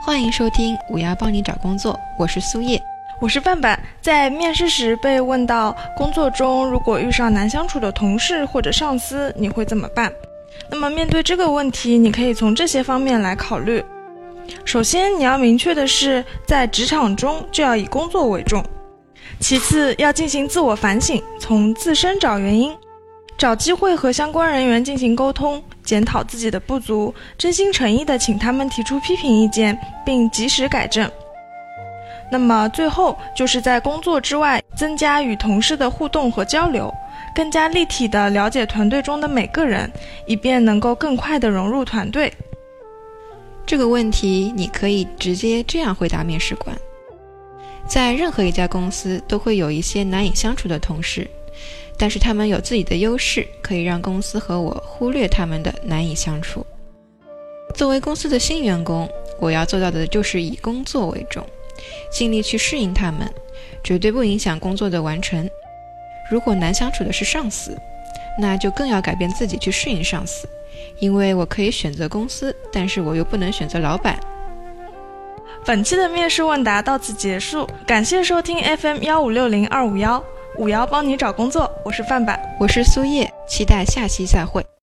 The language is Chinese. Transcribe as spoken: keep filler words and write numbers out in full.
欢迎收听五幺帮你找工作，我是苏叶。 我是范范。在面试时被问到工作中如果遇上难相处的同事或者上司，你会怎么办？那么面对这个问题，你可以从这些方面来考虑。首先，你要明确的是，在职场中就要以工作为重。其次，要进行自我反省，从自身找原因，找机会和相关人员进行沟通，检讨自己的不足，真心诚意地请他们提出批评意见，并及时改正。那么最后就是在工作之外增加与同事的互动和交流，更加立体地了解团队中的每个人，以便能够更快地融入团队。 这个问题你可以直接这样回答面试官：在任何一家公司都会有一些难以相处的同事，但是他们有自己的优势，可以让公司和我忽略他们的难以相处。作为公司的新员工，我要做到的就是以工作为重，尽力去适应他们，绝对不影响工作的完成。如果难相处的是上司，那就更要改变自己去适应上司，因为我可以选择公司，但是我又不能选择老板。 本期的面试问答到此结束，感谢收听 F M 一五六零二五一，五幺帮你找工作，我是范板， 我是苏叶，期待下期再会。